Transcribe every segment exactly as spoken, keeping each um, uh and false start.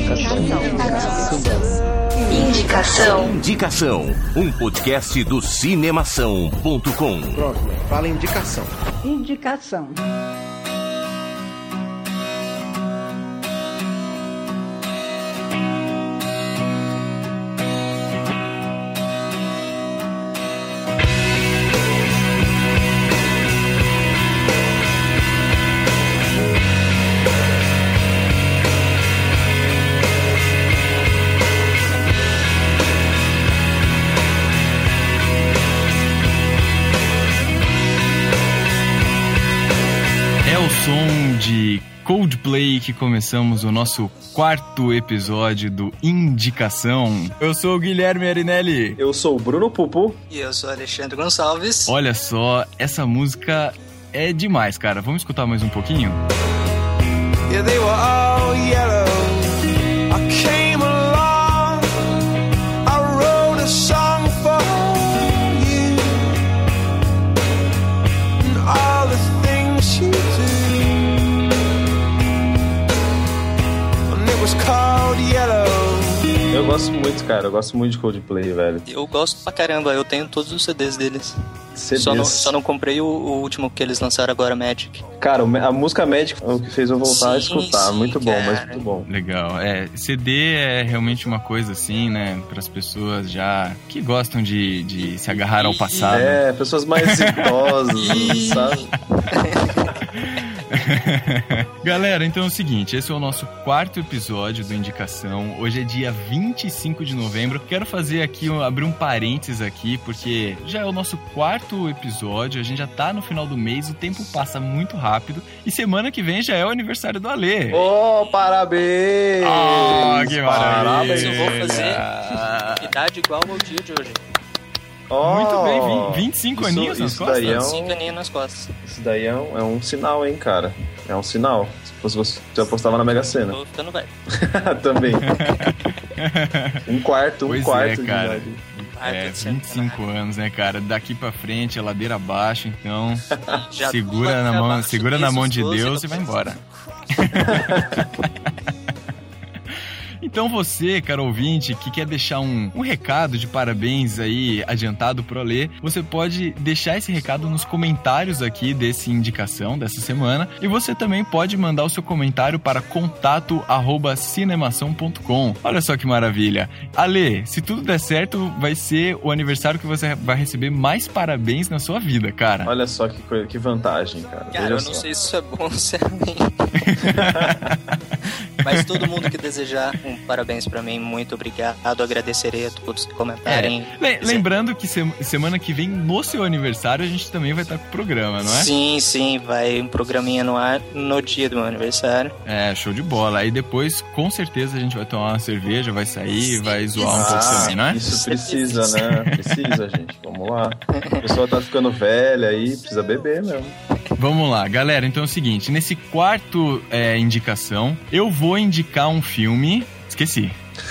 Indicação. Indicação. Um podcast do cinemação ponto com. Pronto, fala indicação. Indicação. De Coldplay que começamos o nosso quarto episódio do Indicação. Eu sou o Guilherme Arinelli. Eu sou o Bruno Pupu. E eu sou o Alexandre Gonçalves. Olha só, essa música é demais, cara. Vamos escutar mais um pouquinho? Yeah, they were all yellow. I came along. I wrote a song for you. And all the things you do. Eu gosto muito, cara. Eu gosto muito de Coldplay, velho. Eu gosto pra caramba. Eu tenho todos os C Ds deles. C Ds. Só não, só não comprei o, o último que eles lançaram agora, Magic. Cara, a música Magic é o que fez eu voltar sim, a escutar. Sim, muito cara. bom, mas muito bom. Legal. É, C D é realmente uma coisa assim, né? Para as pessoas já que gostam de, de se agarrar ao passado. É, pessoas mais idosas, sabe? Galera, então é o seguinte, esse é o nosso quarto episódio do Indicação. Hoje é dia vinte e cinco de novembro. Quero fazer aqui, abrir um parênteses aqui, porque já é o nosso quarto episódio, a gente já tá no final do mês, o tempo passa muito rápido e semana que vem já é o aniversário do Alê. Oh, parabéns! Oh, que maravilha! Eu vou fazer idade igual ao dia de hoje. Oh, muito bem, vinte e cinco isso, aninhos nas costas? vinte e cinco aninhos nas costas. Isso daí é um, é um sinal, hein, cara? É um sinal. Se você já apostava na Mega Sena. Tô ficando velho. Também. Um quarto, um pois quarto é, de cara. idade. É, vinte e cinco anos, né, cara? Daqui pra frente, é ladeira abaixo, então segura na mão, segura na mão de Deus e vai embora. Então você, cara ouvinte, que quer deixar um, um recado de parabéns aí adiantado pro Alê, você pode deixar esse recado nos comentários aqui desse Indicação dessa semana e você também pode mandar o seu comentário para contato arroba cinemação ponto com. Olha só que maravilha. Alê, se tudo der certo, vai ser o aniversário que você vai receber mais parabéns na sua vida, cara. Olha só que, coisa, que vantagem, cara. Cara, eu não sei se isso é bom ou se é ruim. Mas todo mundo que desejar um parabéns pra mim, muito obrigado. Agradecerei a todos que comentarem. É. Lembrando que se, semana que vem, no seu aniversário, a gente também vai estar com o programa, não é? Sim, sim, vai um programinha no ar no dia do meu aniversário. É, show de bola. Aí depois, com certeza, a gente vai tomar uma cerveja, vai sair, sim, vai zoar ah, um pouco também, não é? Isso precisa, né? Precisa, gente. Vamos lá. A pessoa tá ficando velha aí, precisa beber mesmo. Vamos lá, galera. Então é o seguinte, nesse quarto é, indicação, eu vou indicar um filme... Esqueci.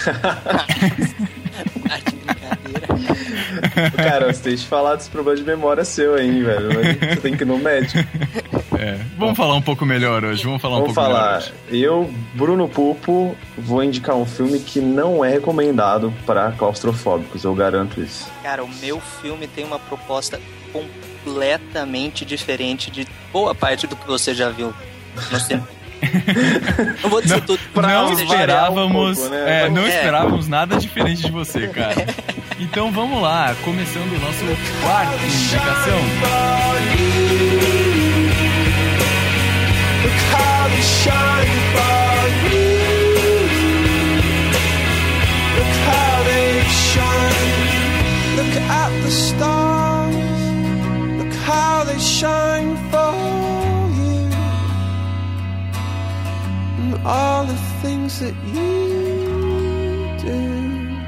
Ah, que brincadeira. Cara, você tem que falar desse problema de memória seu aí, velho. Você tem que ir no médico. É, vamos falar um pouco melhor hoje. Vamos falar um vamos pouco falar. melhor hoje. Eu, Bruno Pupo, vou indicar um filme que não é recomendado para claustrofóbicos, eu garanto isso. Cara, o meu filme tem uma proposta completamente diferente de boa parte do que você já viu no cinema. Não vou dizer não, tudo. Não esperávamos, um pouco, né? é, não é. esperávamos nada diferente de você, cara. Então vamos lá, começando o nosso quarto indicação. Look how they shine for you. Look how they shine. Look at the stars. Look how they shine for you. And all the things that you do.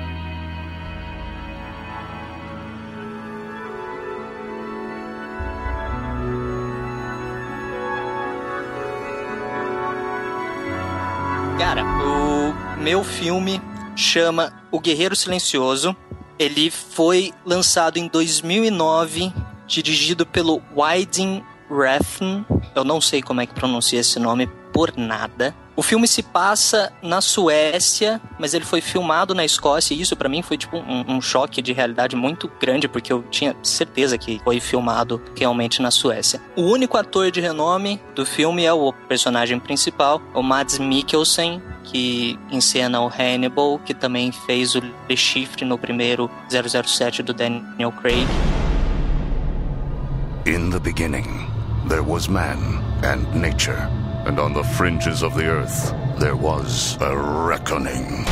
Cara, o meu filme chama O Guerreiro Silencioso. Ele foi lançado em dois mil e nove, dirigido pelo Winding Refn. Eu não sei como é que pronuncia esse nome por nada. O filme se passa na Suécia, mas ele foi filmado na Escócia, e isso pra mim foi tipo um, um choque de realidade muito grande, porque eu tinha certeza que foi filmado realmente na Suécia. O único ator de renome do filme é o personagem principal, o Mads Mikkelsen, que encena o Hannibal, que também fez o Le Chiffre no primeiro zero zero sete do Daniel Craig. In the beginning, there was man and nature, and on the fringes of the earth, there was a reckoning.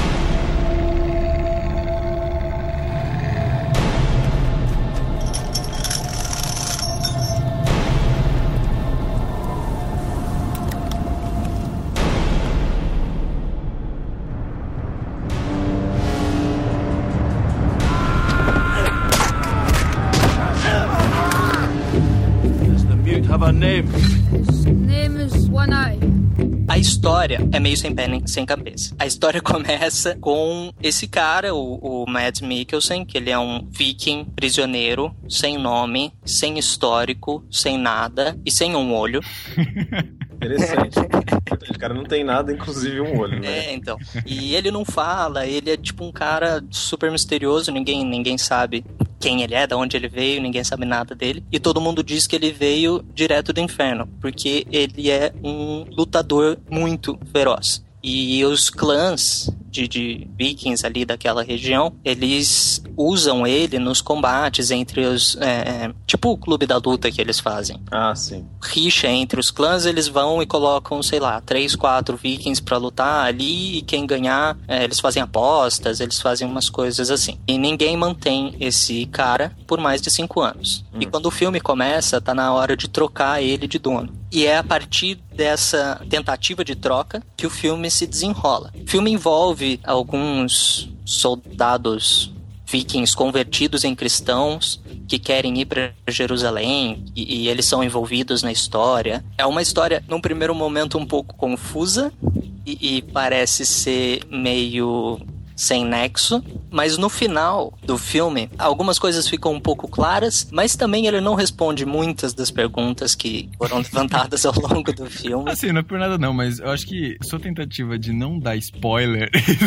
Have a name. His name is One Eye. A história é meio sem pé nem sem cabeça. A história começa com esse cara, o, o Mads Mikkelsen, que ele é um viking prisioneiro, sem nome, sem histórico, sem nada e sem um olho. Interessante. O cara não tem nada, inclusive um olho, né? É, então. E ele não fala, ele é tipo um cara super misterioso, ninguém, ninguém sabe quem ele é, de onde ele veio, ninguém sabe nada dele. E todo mundo diz que ele veio direto do inferno, porque ele é um lutador muito feroz. E os clãs de, de vikings ali daquela região, eles usam ele nos combates entre os... É, tipo o clube da luta que eles fazem. Ah, sim. Rixa entre os clãs, eles vão e colocam, sei lá, três, quatro vikings pra lutar ali, e quem ganhar, é, eles fazem apostas, eles fazem umas coisas assim. E ninguém mantém esse cara por mais de cinco anos. Hum. E quando o filme começa, tá na hora de trocar ele de dono. E é a partir dessa tentativa de troca que o filme se desenrola. O filme envolve alguns soldados vikings convertidos em cristãos que querem ir para Jerusalém e, e eles são envolvidos na história. É uma história, num primeiro momento, um pouco confusa e, e parece ser meio sem nexo, mas no final do filme algumas coisas ficam um pouco claras, mas também ele não responde muitas das perguntas que foram levantadas ao longo do filme. Assim, não é por nada não, mas eu acho que sua tentativa de não dar spoiler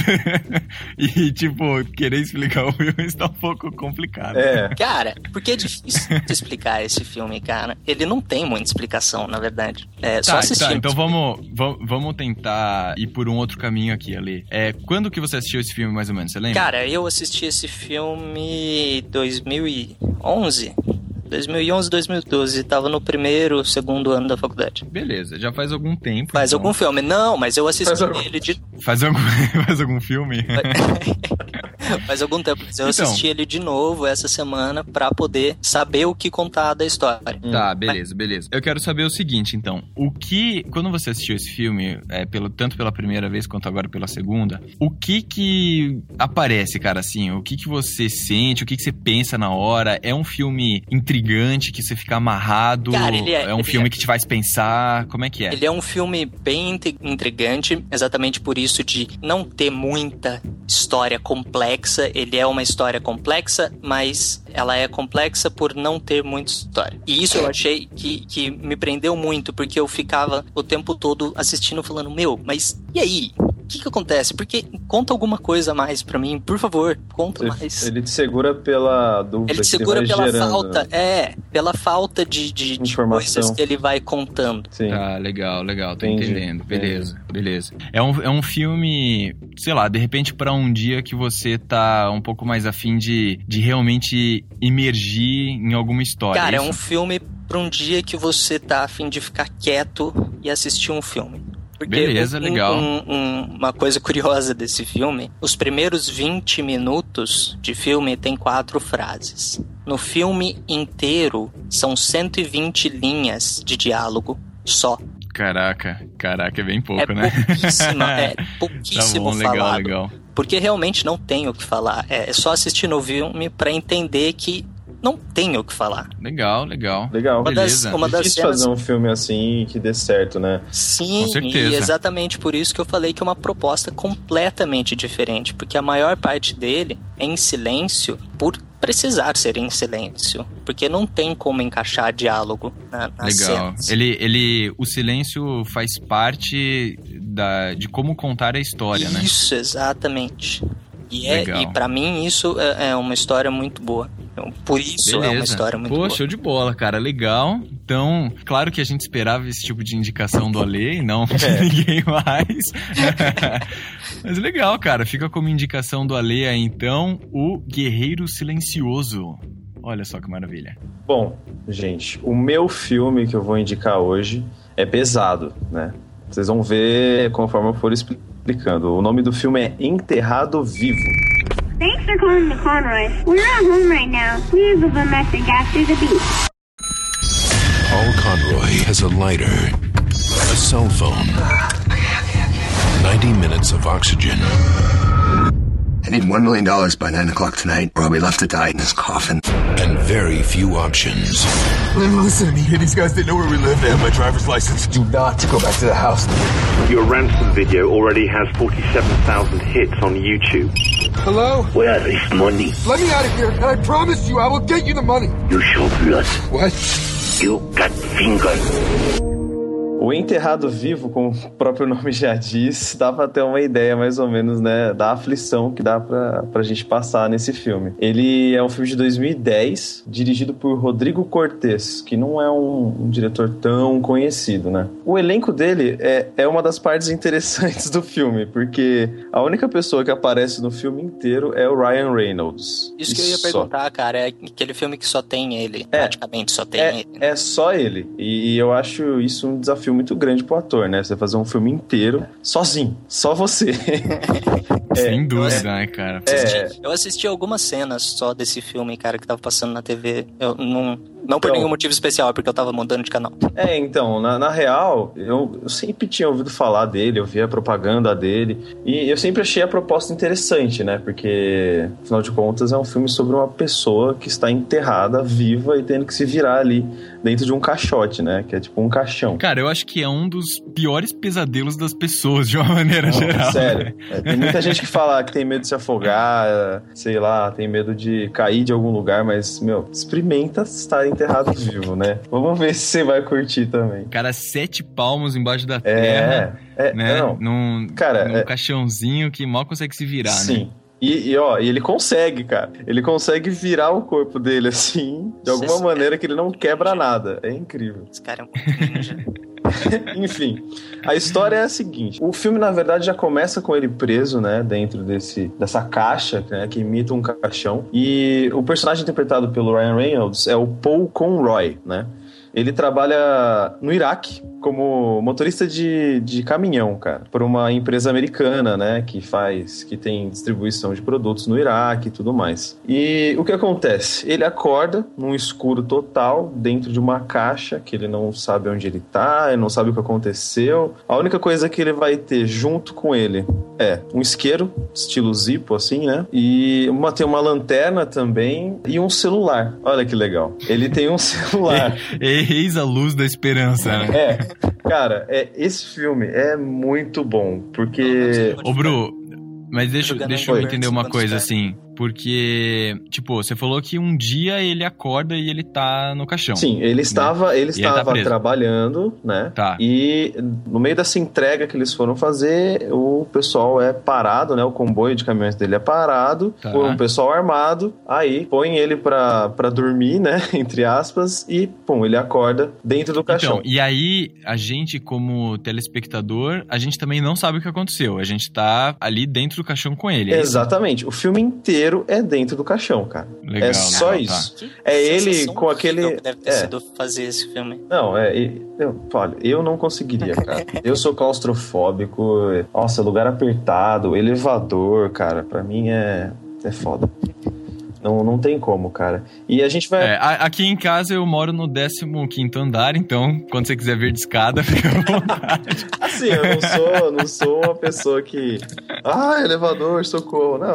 e, tipo, querer explicar o filme está um pouco complicado. É. Cara, porque é difícil de explicar esse filme, cara. Ele não tem muita explicação, na verdade. É, tá, só assistindo. Tá, então vamos, vamos tentar ir por um outro caminho aqui, Ali. É, quando que você assistiu esse filme, mais ou menos, você lembra? Cara, eu assisti esse filme em dois mil e onze. dois mil e onze, dois mil e doze. Tava no primeiro, segundo ano da faculdade. Beleza, já faz algum tempo. Faz então. algum filme. Não, mas eu assisti Faz ele de... Faz algum, faz algum filme? Faz algum tempo. Eu então, assisti ele de novo essa semana pra poder saber o que contar da história. Tá, beleza, beleza. Eu quero saber o seguinte, então. O que, quando você assistiu esse filme, é, pelo, tanto pela primeira vez quanto agora pela segunda, o que que aparece, cara, assim? O que que você sente? O que que você pensa na hora? É um filme intrigante que você fica amarrado? Cara, ele é, é um ele filme é. que te faz pensar? Como é que é? Ele é um filme bem intrigante, exatamente por isso de não ter muita história complexa. Ele é uma história complexa, mas ela é complexa por não ter muita história. E isso eu achei que, que me prendeu muito, porque eu ficava o tempo todo assistindo falando, meu, mas e aí? O que que acontece? Porque conta alguma coisa a mais pra mim, por favor, conta Ele, mais. ele te segura pela dúvida. Ele te segura ele vai pela gerando, falta, né? é, pela falta de, de, de coisas que ele vai contando. Sim. Tá, legal, legal, tô Entendi, entendendo. Beleza, entendi. beleza. É um, é um filme, sei lá, de repente pra um dia que você tá um pouco mais afim de, de realmente imergir em alguma história. Cara, é isso? um filme pra um dia que você tá afim de ficar quieto e assistir um filme. Porque Beleza, um, legal. Um, um, uma coisa curiosa desse filme, os primeiros vinte minutos de filme tem quatro frases. No filme inteiro, são cento e vinte linhas de diálogo só. Caraca, caraca, é bem pouco, é né? Pouquíssima, é pouquíssimo tá bom, legal, falado. legal. Porque realmente não tem o que falar. É só assistir no filme pra entender que não tem o que falar. Legal, legal. Legal. Uma das, Beleza. uma das Difícil cenas... fazer um filme assim que dê certo, né? Sim, Com certeza. e exatamente por isso que eu falei que é uma proposta completamente diferente, porque a maior parte dele é em silêncio por precisar ser em silêncio, porque não tem como encaixar diálogo na, nas Legal. cenas. Ele, ele, o silêncio faz parte da, de como contar a história, né? Isso, exatamente. E, é, Legal. e pra mim isso é, é uma história muito boa. Então, por isso Beleza. é uma história muito Pô, boa. show de bola, cara. Legal. Então, claro que a gente esperava esse tipo de indicação do Ale e não de É. ninguém mais. Mas legal, cara. Fica como indicação do Ale aí, então, o Guerreiro Silencioso. Olha só que maravilha. Bom, gente, o meu filme que eu vou indicar hoje é pesado, né? Vocês vão ver conforme eu for explicando. O nome do filme é Enterrado Vivo. Thanks for calling the Conroy. We're at home right now. Please leave a message after the beep. Paul Conroy has a lighter, a cell phone, ninety minutes of oxygen. I need one million dollars by nine o'clock tonight, or I'll be left to die in this coffin. And very few options. Listen to me. These guys didn't know where we lived. They have my driver's license. Do not go back to the house. Your ransom video already has forty-seven thousand hits on YouTube. Hello? Where is money? Let me out of here, and I promise you I will get you the money. You show blood. What? You got fingers. O Enterrado Vivo, como o próprio nome já diz, dá pra ter uma ideia mais ou menos, né, da aflição que dá pra, pra gente passar nesse filme. Ele é um filme de dois mil e dez, dirigido por Rodrigo Cortés, que não é um, um diretor tão conhecido, né? O elenco dele é, é uma das partes interessantes do filme, porque a única pessoa que aparece no filme inteiro é o Ryan Reynolds. Isso que eu ia só. perguntar, cara, é aquele filme que só tem ele, É. praticamente só tem É, ele. é só ele. E, e eu acho isso um desafio muito grande pro ator, né? Você fazer um filme inteiro sozinho. Só você. Sem dúvida, né, cara? É, Eu assisti algumas cenas só desse filme, cara, que tava passando na T V. Eu não, não por Então- nenhum motivo especial, é porque eu tava mudando de canal. é, então, na, na real, eu, eu sempre tinha ouvido falar dele, eu via a propaganda dele, e eu sempre achei a proposta interessante, né? Porque, afinal de contas, é um filme sobre uma pessoa que está enterrada, viva, e tendo que se virar ali dentro de um caixote, né? Que é tipo um caixão. Cara, eu acho que é um dos piores pesadelos das pessoas, de uma maneira Não, geral. sério. É, tem muita gente que fala que tem medo de se afogar, sei lá, tem medo de cair de algum lugar, mas, meu, experimenta estar enterrado vivo, né? Vamos ver se você vai curtir também. Cara, sete palmos embaixo da terra, É, é, né? não. Num, Cara, num é- caixãozinho que mal consegue se virar, Sim. né? E, e, ó, e ele consegue, cara. Ele consegue virar o corpo dele assim, de alguma Esse maneira que ele não quebra nada. É incrível. Esse cara é muito ninja. Enfim, a história é a seguinte. O filme, na verdade, já começa com ele preso, né? Dentro desse, dessa caixa, né, que imita um caixão. E o personagem interpretado pelo Ryan Reynolds é o Paul Conroy, né? Ele trabalha no Iraque como motorista de, de caminhão, cara, por uma empresa americana, né, que faz, que tem distribuição de produtos no Iraque e tudo mais. E o que acontece? Ele acorda num escuro total, dentro de uma caixa, que ele não sabe onde ele tá, ele não sabe o que aconteceu. A única coisa que ele vai ter junto com ele é um isqueiro, estilo Zippo, assim, né, e uma, tem uma lanterna também e um celular. Olha que legal. Ele tem um celular. Eis a luz da esperança, né? É, cara, é, esse filme é muito bom, porque... Ô, Bru, mas deixa, Jogando deixa eu em entender uma Burns, coisa, quando assim. Porque, tipo, você falou que um dia ele acorda e ele tá no caixão. Sim, ele estava, ele ele tá estava preso. trabalhando, né? Tá. E no meio dessa entrega que eles foram fazer, o pessoal é parado, né? O comboio de caminhões dele é parado, Tá. por um pessoal armado, aí põe ele pra, pra dormir, né? Entre aspas, e pum, ele acorda dentro do caixão. Então, e aí, a gente, como telespectador, a gente também não sabe o que aconteceu. A gente tá ali dentro do caixão com ele. é isso? Exatamente, o filme inteiro é dentro do caixão, cara. Legal, é só legal, isso. Que É ele sensação com aquele... horrível que deve ter é. sido fazer esse filme. Não, é. e- Eu, olha, eu não conseguiria, cara. Eu sou claustrofóbico. Nossa, lugar apertado, elevador, cara. Pra mim é. É foda. Não, não tem como, cara. E a gente vai. É, a- aqui em casa eu moro no décimo quinto andar, então quando você quiser ver de escada, fica à vontade. Assim, eu não sou, não sou uma pessoa que. Ah, elevador, socorro. Não.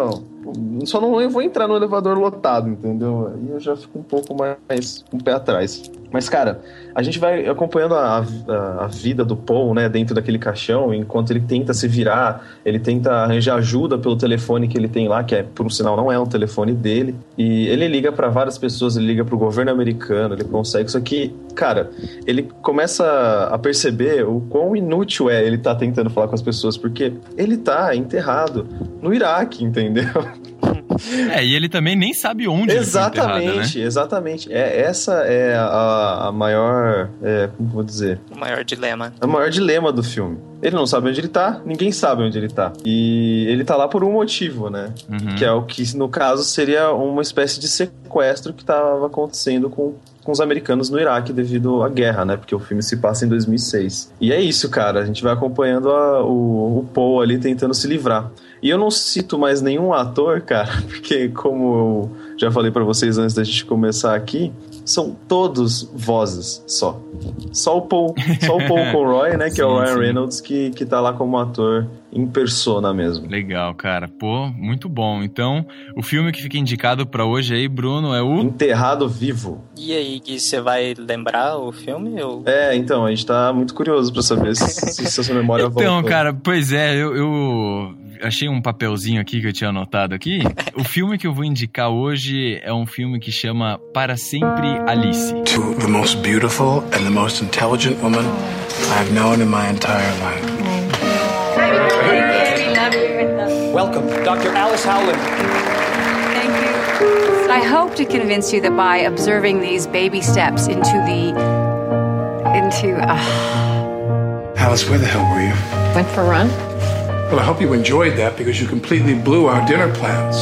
Só não eu vou entrar no elevador lotado, entendeu? Aí eu já fico um pouco mais um pé atrás. Mas, cara, a gente vai acompanhando a, a, a vida do Paul, né, dentro daquele caixão, enquanto ele tenta se virar, ele tenta arranjar ajuda pelo telefone que ele tem lá, que é, por um sinal, não é um telefone dele. E ele liga pra várias pessoas, ele liga pro governo americano, ele consegue. Só que, cara, ele começa a perceber o quão inútil é ele tá tentando falar com as pessoas, porque ele tá enterrado no Iraque, entendeu? É, e ele também nem sabe onde exatamente, ele foi enterrado, né? Exatamente. É, essa é a, a maior... É, como vou dizer? O maior dilema. O maior dilema do filme. Ele não sabe onde ele tá, ninguém sabe onde ele tá. E ele tá lá por um motivo, né? Uhum. Que é o que, no caso, seria uma espécie de sequestro que tava acontecendo com... com os americanos no Iraque devido à guerra, né? Porque o filme se passa em dois mil e seis. E é isso, cara. A gente vai acompanhando a, o, o Paul ali tentando se livrar. E eu não cito mais nenhum ator, cara, porque como eu já falei pra vocês antes da gente começar aqui, são todos vozes só. Só o Paul, só o Paul Conroy, né? Que sim, é o Ryan sim. Reynolds, que, que tá lá como ator em persona mesmo. Legal, cara. Pô, muito bom. Então, o filme que fica indicado pra hoje aí, Bruno, é o... Enterrado Vivo. E aí, Gui, você vai lembrar o filme? Ou... É, então, a gente tá muito curioso pra saber se, se, se a sua memória voltou. Então, cara, pois é, eu... eu... achei um papelzinho aqui que eu tinha anotado aqui. O filme que eu vou indicar hoje é um filme que chama Para Sempre Alice. To the most beautiful and the most intelligent woman I've known in my entire life. Welcome, Doctor Alice Howland. Thank you. I hope to convince you that by observing these baby steps into the... into... Uh... Alice, where the hell were you? Went for a run. Well, I hope you enjoyed that because you completely blew our dinner plans.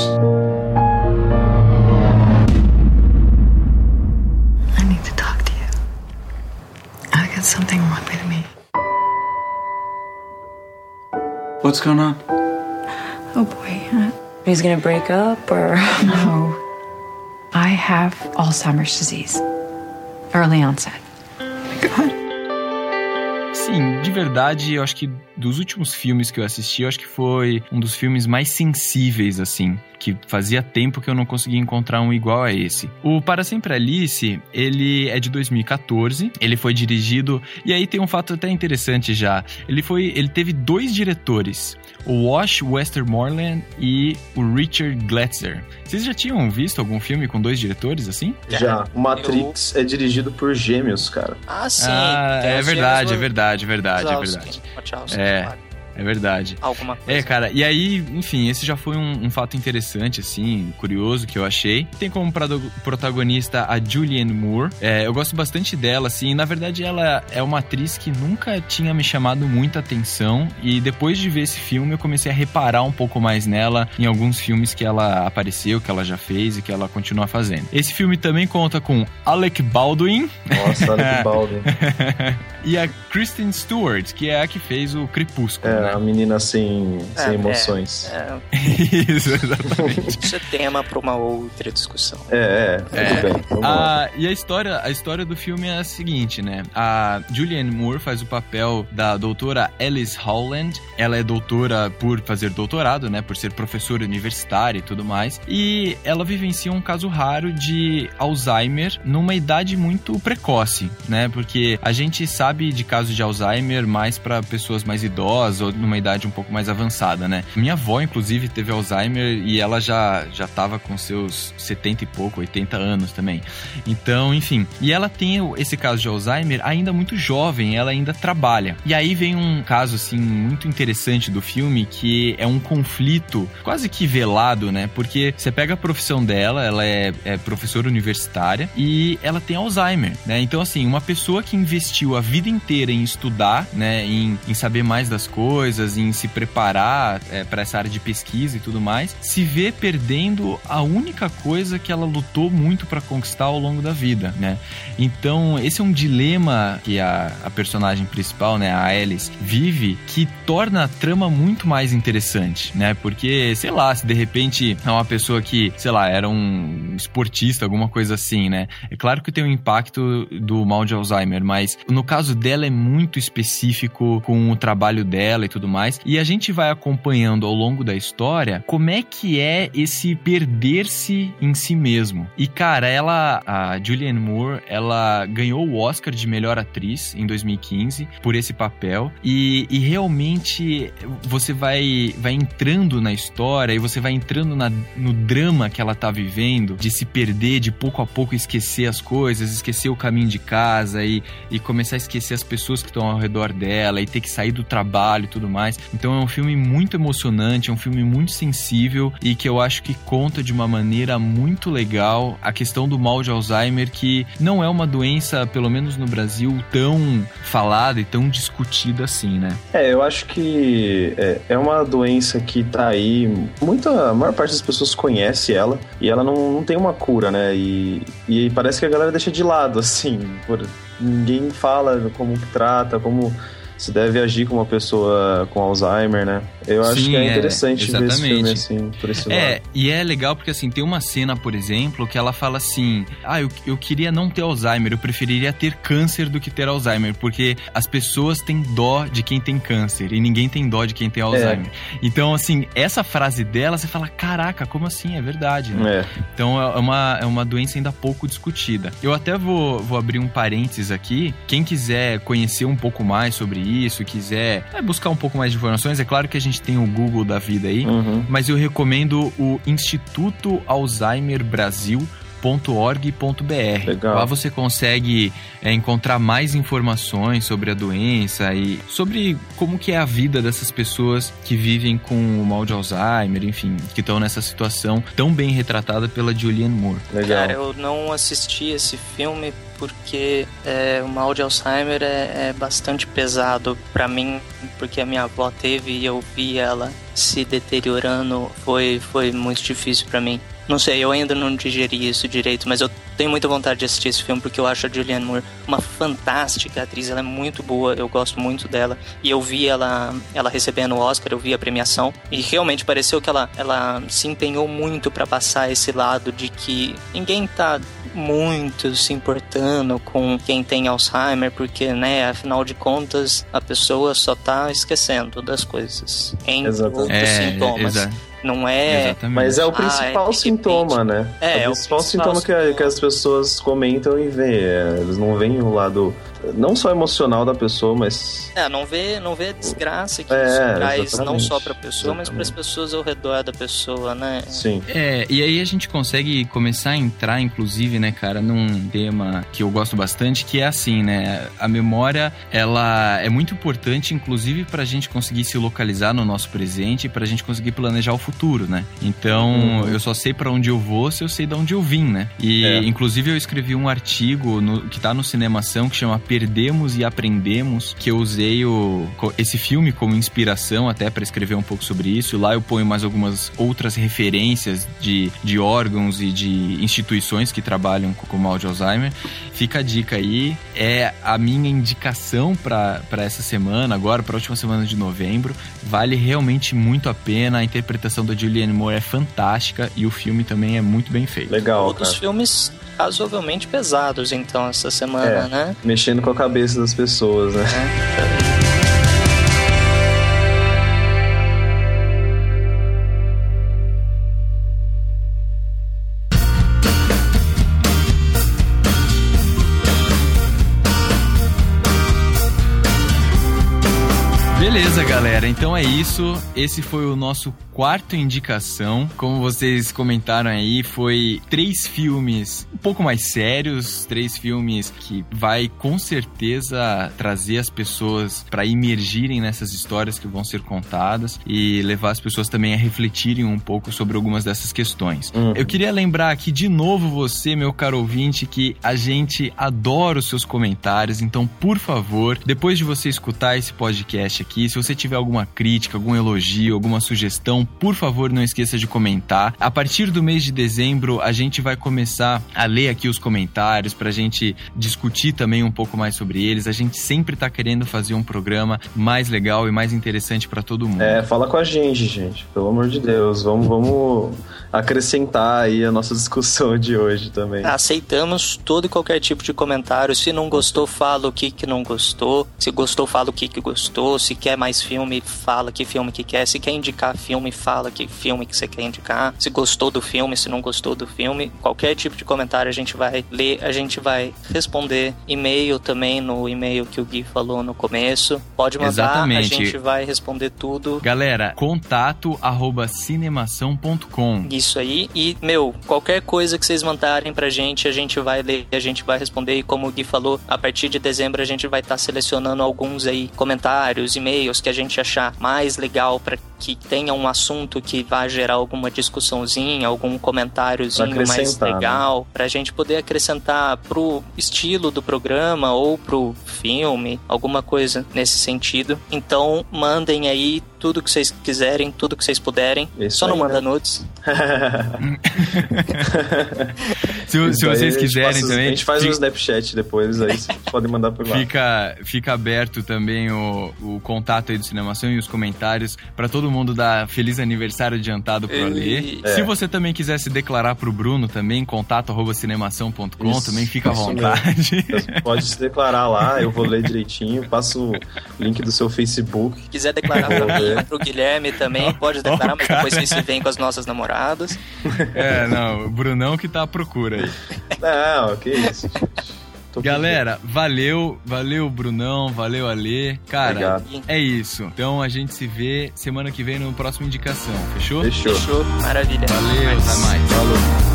I need to talk to you. I got something wrong with me. What's going on? Oh boy. Uh, He's gonna break up or... No. I have Alzheimer's disease. Early onset. Oh my God. Sim, de verdade, eu acho que dos últimos filmes que eu assisti, eu acho que foi um dos filmes mais sensíveis, assim, que fazia tempo que eu não conseguia encontrar um igual a esse. O Para Sempre Alice, ele é de dois mil e catorze, ele foi dirigido, e aí tem um fato até interessante já, ele foi, ele teve dois diretores, o Wash Westermoreland e o Richard Glatzer. Vocês já tinham visto algum filme com dois diretores, assim? Já. O Matrix eu... é dirigido por gêmeos, cara. Ah, sim. Ah, é verdade, é verdade, é verdade, é verdade. É, é verdade. Alguma coisa. É, cara, e aí, enfim, esse já foi um, um fato interessante, assim, curioso que eu achei. Tem como protagonista a Julianne Moore. É, eu gosto bastante dela, assim. Na verdade, ela é uma atriz que nunca tinha me chamado muita atenção. E depois de ver esse filme, eu comecei a reparar um pouco mais nela em alguns filmes que ela apareceu, que ela já fez e que ela continua fazendo. Esse filme também conta com Alec Baldwin. Nossa, Alec Baldwin. E a Kristen Stewart, que é a que fez o Crepúsculo, é, né? A menina sem, é, sem emoções. É, é. Isso, exatamente. Isso é tema para uma outra discussão. É, é, tudo é. bem. Vamos a, lá. E a história, a história do filme é a seguinte, né? A Julianne Moore faz o papel da doutora Alice Howland. Ela é doutora por fazer doutorado, né? Por ser professora universitária e tudo mais. E ela vivencia um caso raro de Alzheimer numa idade muito precoce, né? Porque a gente sabe de casos de Alzheimer mais para pessoas mais idosas ou numa idade um pouco mais avançada, né? Minha avó, inclusive, teve Alzheimer e ela já, já tava com seus setenta e pouco, oitenta anos também. Então, enfim. E ela tem esse caso de Alzheimer ainda muito jovem, ela ainda trabalha. E aí vem um caso, assim, muito interessante do filme, que é um conflito quase que velado, né? Porque você pega a profissão dela, ela é, é professora universitária e ela tem Alzheimer, né? Então, assim, uma pessoa que investiu a vida inteira em estudar, né? Em, em saber mais das coisas, em se preparar é, para essa área de pesquisa e tudo mais, se vê perdendo a única coisa que ela lutou muito para conquistar ao longo da vida, né? Então, esse é um dilema que a, a personagem principal, né, a Alice, vive, que torna a trama muito mais interessante, né? Porque, sei lá, se de repente é uma pessoa que, sei lá, era um esportista, alguma coisa assim, né? É claro que tem um impacto do mal de Alzheimer, mas no caso dela é muito específico com o trabalho dela e tudo mais. E a gente vai acompanhando ao longo da história como é que é esse perder-se em si mesmo. E, cara, ela, a Julianne Moore, ela ganhou o Oscar de melhor atriz em dois mil e quinze por esse papel. E, e realmente você vai, vai entrando na história e você vai entrando na, no drama que ela tá vivendo, de se perder, de pouco a pouco esquecer as coisas, esquecer o caminho de casa e, e começar a esquecer as pessoas que estão ao redor dela e ter que sair do trabalho e tudo mais. Então é um filme muito emocionante, é um filme muito sensível e que eu acho que conta de uma maneira muito legal a questão do mal de Alzheimer, que não é uma doença, pelo menos no Brasil, tão falada e tão discutida assim, né? É, eu acho que é, é uma doença que tá aí, muita, a maior parte das pessoas conhece ela e ela não, não tem uma cura, né? E, e parece que a galera deixa de lado, assim, por, ninguém fala como que trata, como se deve agir com uma pessoa com Alzheimer, né? Eu acho Sim, que é interessante é, ver esse filme, assim, por esse lado. É, e é legal porque, assim, tem uma cena, por exemplo, que ela fala assim, ah, eu, eu queria não ter Alzheimer, eu preferiria ter câncer do que ter Alzheimer, porque as pessoas têm dó de quem tem câncer e ninguém tem dó de quem tem Alzheimer. É. Então, assim, essa frase dela, você fala, caraca, como assim? É verdade, né? É. Então, é uma, é uma doença ainda pouco discutida. Eu até vou, vou abrir um parênteses aqui. Quem quiser conhecer um pouco mais sobre isso, quiser é, buscar um pouco mais de informações, é claro que a gente tem o Google da vida aí, uhum. mas eu recomendo o Instituto Alzheimer Brasil ponto org ponto b r. Legal. Lá você consegue é, encontrar mais informações sobre a doença e sobre como que é a vida dessas pessoas que vivem com o mal de Alzheimer, enfim, que estão nessa situação tão bem retratada pela Julianne Moore. Legal. Cara, eu não assisti esse filme porque é, o mal de Alzheimer é, é bastante pesado pra mim, porque a minha avó teve e eu vi ela se deteriorando, foi, foi muito difícil pra mim. Não sei, eu ainda não digeri isso direito, mas eu tenho muita vontade de assistir esse filme porque eu acho a Julianne Moore uma fantástica atriz, ela é muito boa, eu gosto muito dela. E eu vi ela, ela recebendo o Oscar, eu vi a premiação e realmente pareceu que ela, ela se empenhou muito pra passar esse lado de que ninguém tá muito se importando com quem tem Alzheimer, porque, né, afinal de contas, a pessoa só tá esquecendo das coisas, entre outros é, sintomas. Exa- Não é... Exatamente. Mas é o principal ah, é sintoma, né? É, é o principal, principal sintoma que, que as pessoas comentam e vê. Eles não veem o lado, não só emocional da pessoa, mas... É, não vê, não vê a desgraça que é, isso traz, exatamente. Não só pra pessoa, exatamente. Mas para as pessoas ao redor da pessoa, né? Sim. É, e aí a gente consegue começar a entrar, inclusive, né, cara, num tema que eu gosto bastante, que é assim, né? A memória, ela é muito importante, inclusive, pra gente conseguir se localizar no nosso presente e pra gente conseguir planejar o futuro, né? Então, uhum. eu só sei pra onde eu vou se eu sei de onde eu vim, né? E, é. inclusive, eu escrevi um artigo no, que tá no Cinemação, que chama Perdemos e Aprendemos, que eu usei o, esse filme como inspiração até pra escrever um pouco sobre isso. Lá eu ponho mais algumas outras referências de, de órgãos e de instituições que trabalham com o mal de Alzheimer. Fica a dica aí. É a minha indicação pra, pra essa semana, agora, pra última semana de novembro. Vale realmente muito a pena. A interpretação da Julianne Moore é fantástica e o filme também é muito bem feito. Legal, Outros cara. filmes razoavelmente pesados, então, essa semana, é, né? Mexendo com a cabeça das pessoas, né? É. Beleza, galera, então é isso. Esse foi o nosso quarto indicação. Como vocês comentaram aí, foi três filmes um pouco mais sérios, três filmes que vai com certeza trazer as pessoas para imergirem nessas histórias que vão ser contadas e levar as pessoas também a refletirem um pouco sobre algumas dessas questões. Uhum. Eu queria lembrar aqui de novo você, meu caro ouvinte, que a gente adora os seus comentários, então, por favor, depois de você escutar esse podcast aqui, se você tiver alguma crítica, algum elogio, alguma sugestão, por favor, não esqueça de comentar. A partir do mês de dezembro, a gente vai começar a ler aqui os comentários, pra gente discutir também um pouco mais sobre eles. A gente sempre tá querendo fazer um programa mais legal e mais interessante pra todo mundo. É, fala com a gente, gente. Pelo amor de Deus. Vamos, vamos acrescentar aí a nossa discussão de hoje também. Aceitamos todo e qualquer tipo de comentário. Se não gostou, fala o que que não gostou. Se gostou, fala o que que gostou. Se quer mais filme, fala que filme que quer. Se quer indicar filme, fala que filme que você quer indicar. Se gostou do filme, se não gostou do filme. Qualquer tipo de comentário a gente vai ler, a gente vai responder. E-mail também, no e-mail que o Gui falou no começo. Pode mandar, Exatamente. A gente vai responder tudo. Galera, contato arroba cinemação ponto com. Isso aí. E, meu, qualquer coisa que vocês mandarem pra gente, a gente vai ler, a gente vai responder. E como o Gui falou, a partir de dezembro a gente vai estar tá selecionando alguns aí comentários, e-mails que a gente achar mais legal pra que tenha um assunto que vá gerar alguma discussãozinha, algum comentáriozinho mais legal, né? Pra gente poder acrescentar pro estilo do programa ou pro filme, alguma coisa nesse sentido. Então, mandem aí tudo que vocês quiserem, tudo que vocês puderem. Isso Só aí, não manda né? nudes. se, se vocês quiserem passa, também... A gente faz fica... um Snapchat depois, aí vocês podem mandar por lá. Fica, fica aberto também o, o contato aí do Cinemação e os comentários pra todo mundo dar feliz aniversário adiantado pro Alê. É. Se você também quiser se declarar pro Bruno também, contato arroba cinemação ponto com, isso, também fica à vontade. Pode se declarar lá, eu vou ler direitinho, passo o link do seu Facebook. Se quiser declarar pra mim, pro Guilherme também, pode declarar, oh, mas depois vocês se vêm com as nossas namoradas. É, não, o Brunão que tá à procura aí. Não, que isso, gente. Galera, valeu, valeu Brunão, valeu Alê. Cara, obrigado. É isso. Então a gente se vê semana que vem no próximo Indicação, fechou? Fechou. Fechou, maravilha. Valeu, até mais. Falou.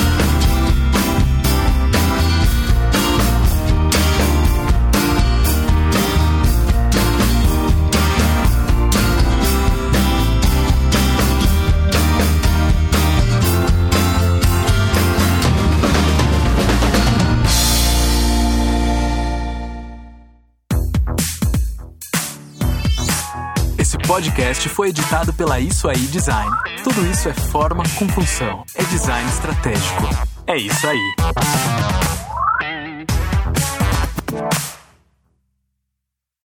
Podcast foi editado pela Isso Aí Design. Tudo isso é forma com função. É design estratégico. É isso aí.